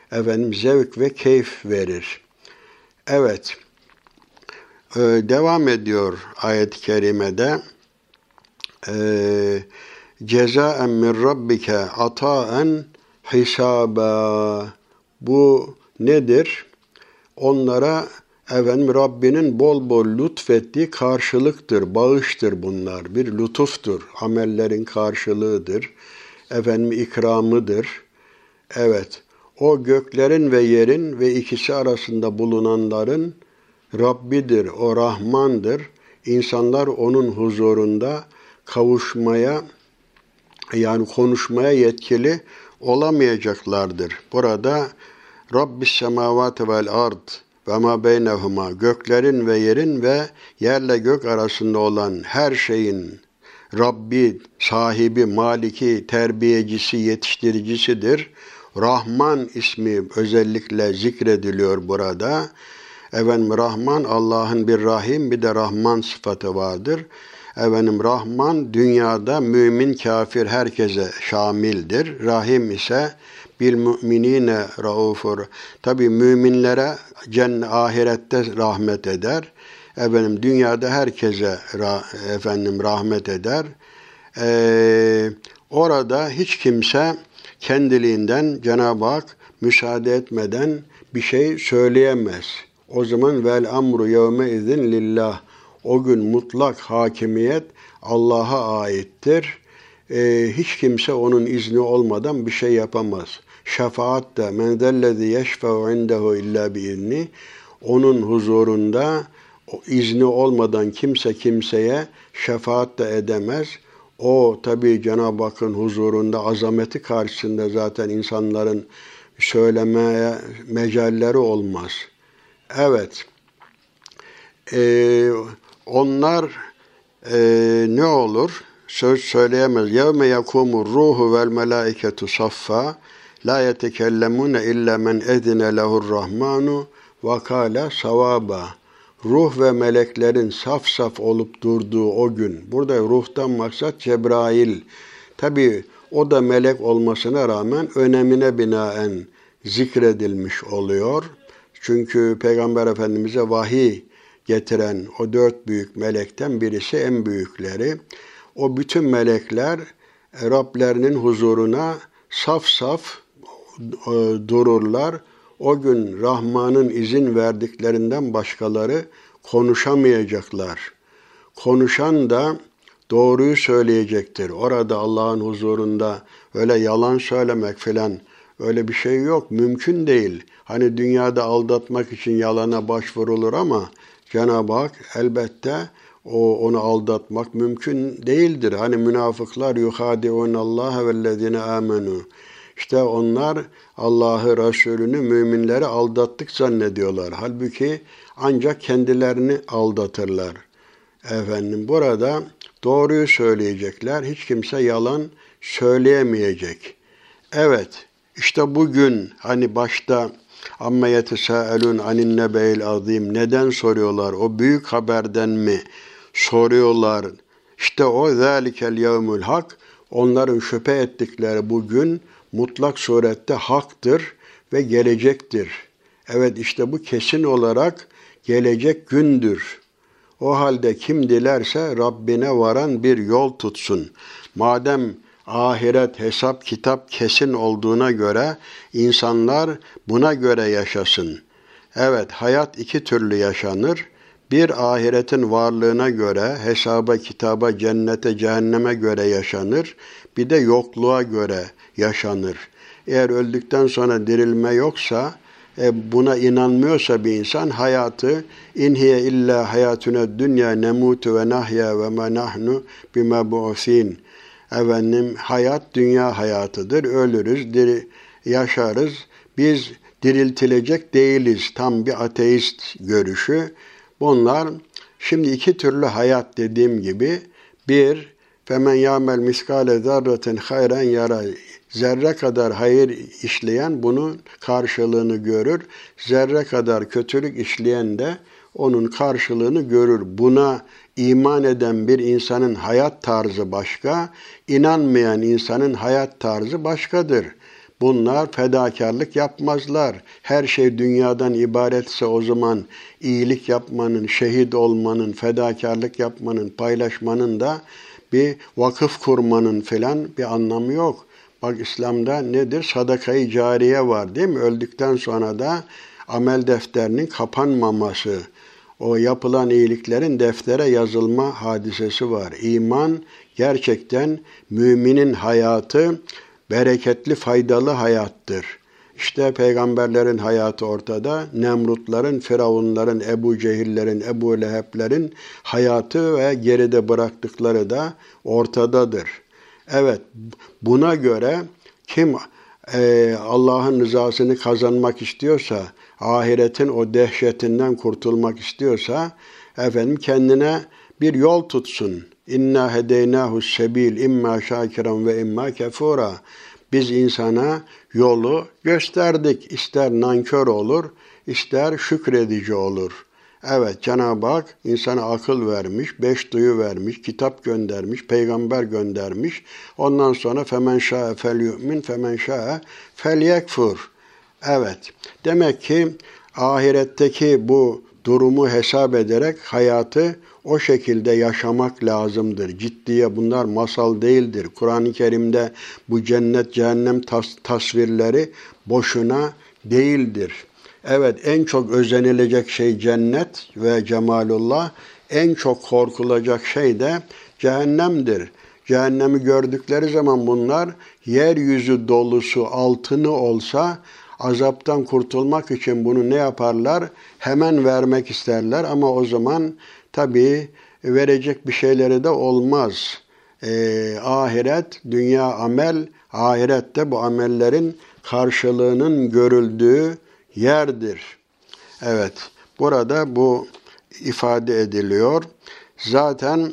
Speaker 1: zevk ve keyif verir. Evet. Devam ediyor ayet-i kerimede. Cezaen min rabbike ataen hisaba. Bu nedir? Onlara Rabbinin bol bol lütfettiği karşılıktır, bağıştır bunlar. Bir lütuftur, amellerin karşılığıdır. İkramıdır. Evet, o göklerin ve yerin ve ikisi arasında bulunanların Rabbidir, o Rahmandır. İnsanlar onun huzurunda kavuşmaya, yani konuşmaya yetkili olamayacaklardır. Burada Rabbis semavati vel ard ve ma beynehuma, göklerin ve yerin ve yerle gök arasında olan her şeyin Rabbi, sahibi, maliki, terbiyecisi, yetiştiricisidir. Rahman ismi özellikle zikrediliyor burada. Rahman, Allah'ın bir Rahim, bir de Rahman sıfatı vardır. Rahman dünyada mümin, kafir herkese şamildir. Rahim ise bil müminine raufur. Tabi müminlere ahirette rahmet eder. Dünyada herkese rahmet eder. Orada hiç kimse kendiliğinden Cenab-ı Hak müsaade etmeden bir şey söyleyemez. O zaman vel amru yevme izin lillah. O gün mutlak hakimiyet Allah'a aittir. Hiç kimse onun izni olmadan bir şey yapamaz. Şefaat de men zellezî yeşfe'u indehu illa biizni. Onun huzurunda izni olmadan kimse kimseye şefaat de edemez. O tabi Cenab-ı Hakk'ın huzurunda azameti karşısında zaten insanların söylemeye mecalleri olmaz. Evet. Onlar ne olur? Söz söyleyemez. Yevme yakumur ruhu vel melaiketu saffa la yetekellemune illa men ezine lehur rahmanu ve kâle savaba. Ruh ve meleklerin saf saf olup durduğu o gün. Burada ruhtan maksat Cebrail. Tabi o da melek olmasına rağmen önemine binaen zikredilmiş oluyor. Çünkü Peygamber Efendimiz'e vahiy getiren o 4 büyük melekten birisi, en büyükleri. O bütün melekler Rablerinin huzuruna saf saf dururlar. O gün Rahman'ın izin verdiklerinden başkaları konuşamayacaklar. Konuşan da doğruyu söyleyecektir. Orada Allah'ın huzurunda öyle yalan söylemek filan öyle bir şey yok. Mümkün değil. Hani dünyada aldatmak için yalana başvurulur ama Cenab-ı Hak elbette onu aldatmak mümkün değildir. Hani münafıklar yuhadi'unallaha vellezine amenu. İşte onlar Allah'ı, Resulünü, müminleri aldattık zannediyorlar. Halbuki ancak kendilerini aldatırlar. Burada doğruyu söyleyecekler. Hiç kimse yalan söyleyemeyecek. Evet, işte bugün hani başta amme yetesâelûn anin nebe'il azîm, neden soruyorlar? O büyük haberden mi soruyorlar? İşte o zâlikel yevmül hak, onların şüphe ettikleri bugün mutlak surette haktır ve gelecektir. Evet, işte bu kesin olarak gelecek gündür. O halde kim dilerse Rabbine varan bir yol tutsun. Madem ahiret, hesap, kitap kesin olduğuna göre insanlar buna göre yaşasın. Evet, hayat iki türlü yaşanır. Bir ahiretin varlığına göre, hesaba, kitaba, cennete, cehenneme göre yaşanır. Bir de yokluğa göre yaşanır. Eğer öldükten sonra dirilme yoksa, buna inanmıyorsa bir insan hayatı inhiye illa hayatuna dünya nemutu ve nahya ve ma nahnu bimeb'usin. Hayat dünya hayatıdır. Ölürüz, yaşarız. Biz diriltilecek değiliz. Tam bir ateist görüşü. Bunlar şimdi iki türlü hayat dediğim gibi. Bir, femen ya'mel miskale zerratin hayren yara. Zerre kadar hayır işleyen bunun karşılığını görür. Zerre kadar kötülük işleyen de onun karşılığını görür. Buna iman eden bir insanın hayat tarzı başka, inanmayan insanın hayat tarzı başkadır. Bunlar fedakarlık yapmazlar. Her şey dünyadan ibaretse o zaman iyilik yapmanın, şehit olmanın, fedakarlık yapmanın, paylaşmanın da bir vakıf kurmanın filan bir anlamı yok. Bak İslam'da nedir? Sadaka-i cariye var değil mi? Öldükten sonra da amel defterinin kapanmaması, o yapılan iyiliklerin deftere yazılma hadisesi var. İman gerçekten müminin hayatı bereketli, faydalı hayattır. İşte peygamberlerin hayatı ortada, Nemrutların, Firavunların, Ebu Cehillerin, Ebu Leheb'lerin hayatı ve geride bıraktıkları da ortadadır. Evet, buna göre kim Allah'ın rızasını kazanmak istiyorsa, ahiretin o dehşetinden kurtulmak istiyorsa, kendine bir yol tutsun. İnna hedeynahu sebil imma şakiran ve imma kefura. Biz insana yolu gösterdik. İster nankör olur, ister şükredici olur. Evet, Cenab-ı Hak insana akıl vermiş, 5 duyu vermiş, kitap göndermiş, peygamber göndermiş. Ondan sonra femen şa'e fel yu'min, femen şa'e fel yekfur. Evet, demek ki ahiretteki bu durumu hesap ederek hayatı o şekilde yaşamak lazımdır. Ciddiye bunlar masal değildir. Kur'an-ı Kerim'de bu cennet, cehennem tasvirleri boşuna değildir. Evet, en çok özenilecek şey cennet ve cemalullah, en çok korkulacak şey de cehennemdir. Cehennemi gördükleri zaman bunlar yeryüzü dolusu altını olsa azaptan kurtulmak için bunu ne yaparlar? Hemen vermek isterler ama o zaman tabii verecek bir şeyleri de olmaz. Ahiret, dünya amel, ahirette bu amellerin karşılığının görüldüğü yerdir. Evet, burada bu ifade ediliyor. Zaten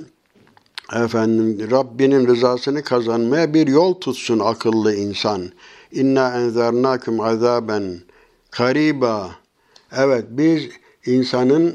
Speaker 1: Rabbinin rızasını kazanmaya bir yol tutsun akıllı insan. İnna enzernâküm azâben kariba. Evet, biz insanın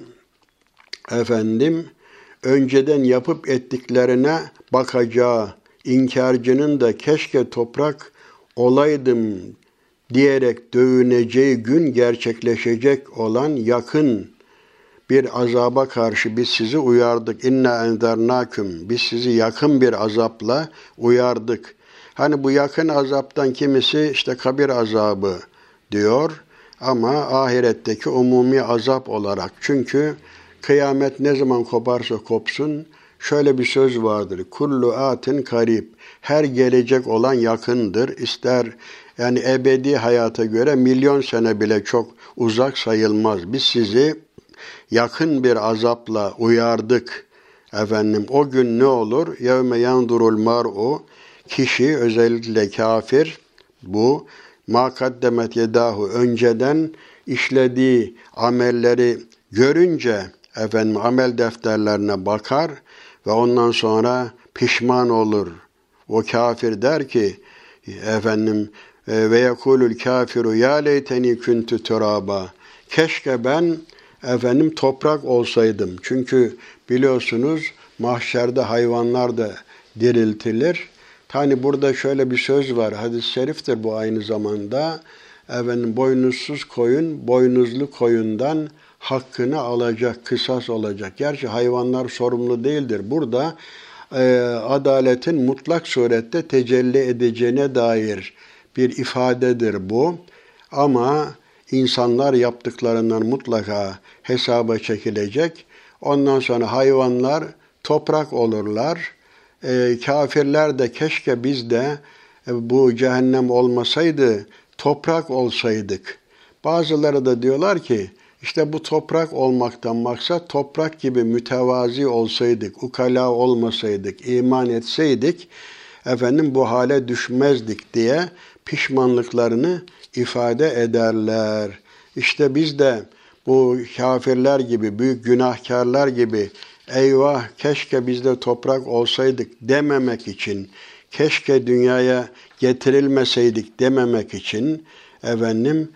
Speaker 1: önceden yapıp ettiklerine bakacağı, inkarcının da keşke toprak olaydım diyerek dövüneceği gün gerçekleşecek olan yakın bir azaba karşı biz sizi uyardık. İnna enzernâküm. Biz sizi yakın bir azapla uyardık. Hani bu yakın azaptan kimisi işte kabir azabı diyor. ama ahiretteki umumi azap olarak. Çünkü kıyamet ne zaman koparsa kopsun, şöyle bir söz vardır. Kullu atin karib. Her gelecek olan yakındır. İster yani ebedi hayata göre milyon sene bile çok uzak sayılmaz. Biz sizi yakın bir azapla uyardık. Efendim o gün ne olur? Yevme yandurul mar'u, kişi özellikle kafir bu ma kaddemet yedahu, önceden işlediği amelleri görünce efendim amel defterlerine bakar ve ondan sonra pişman olur. O kafir der ki efendim ve yekulul kafiru ya leyteni kuntu turaba. Keşke ben efendim toprak olsaydım. Çünkü biliyorsunuz mahşerde hayvanlar da diriltilir. Hani burada şöyle bir söz var. Hadis-i şeriftir bu aynı zamanda. Efendim boynuzsuz koyun, boynuzlu koyundan hakkını alacak, kısas olacak. Gerçi hayvanlar sorumlu değildir. Burada adaletin mutlak surette tecelli edeceğine dair bir ifadedir bu. Ama insanlar yaptıklarından mutlaka hesaba çekilecek. Ondan sonra hayvanlar toprak olurlar. Kafirler de keşke biz de bu cehennem olmasaydı toprak olsaydık. Bazıları da diyorlar ki işte bu toprak olmaktan maksat toprak gibi mütevazi olsaydık, ukala olmasaydık, iman etseydik efendim bu hale düşmezdik diye pişmanlıklarını ifade ederler. İşte biz de bu kafirler gibi, büyük günahkarlar gibi eyvah keşke biz de toprak olsaydık dememek için, keşke dünyaya getirilmeseydik dememek için efendim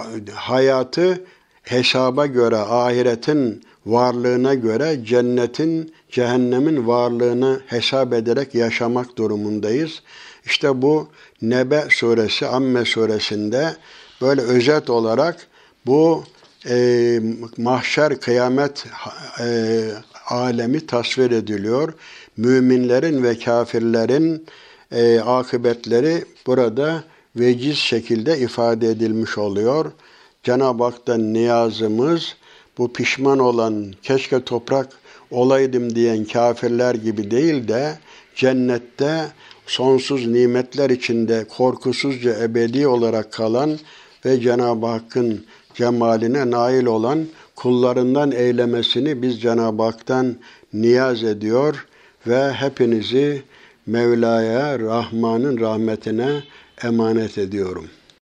Speaker 1: hayatı hesaba göre, ahiretin varlığına göre cennetin, cehennemin varlığını hesap ederek yaşamak durumundayız. İşte bu Nebe suresi, Amme suresinde böyle özet olarak bu mahşer kıyamet alemi tasvir ediliyor. Müminlerin ve kafirlerin akıbetleri burada veciz şekilde ifade edilmiş oluyor. Cenab-ı Hak'tan niyazımız bu pişman olan, keşke toprak olaydım diyen kafirler gibi değil de cennette sonsuz nimetler içinde korkusuzca ebedi olarak kalan ve Cenab-ı Hakk'ın cemaline nail olan kullarından eylemesini biz Cenab-ı Hak'tan niyaz ediyor ve hepinizi Mevla'ya, Rahman'ın rahmetine emanet ediyorum.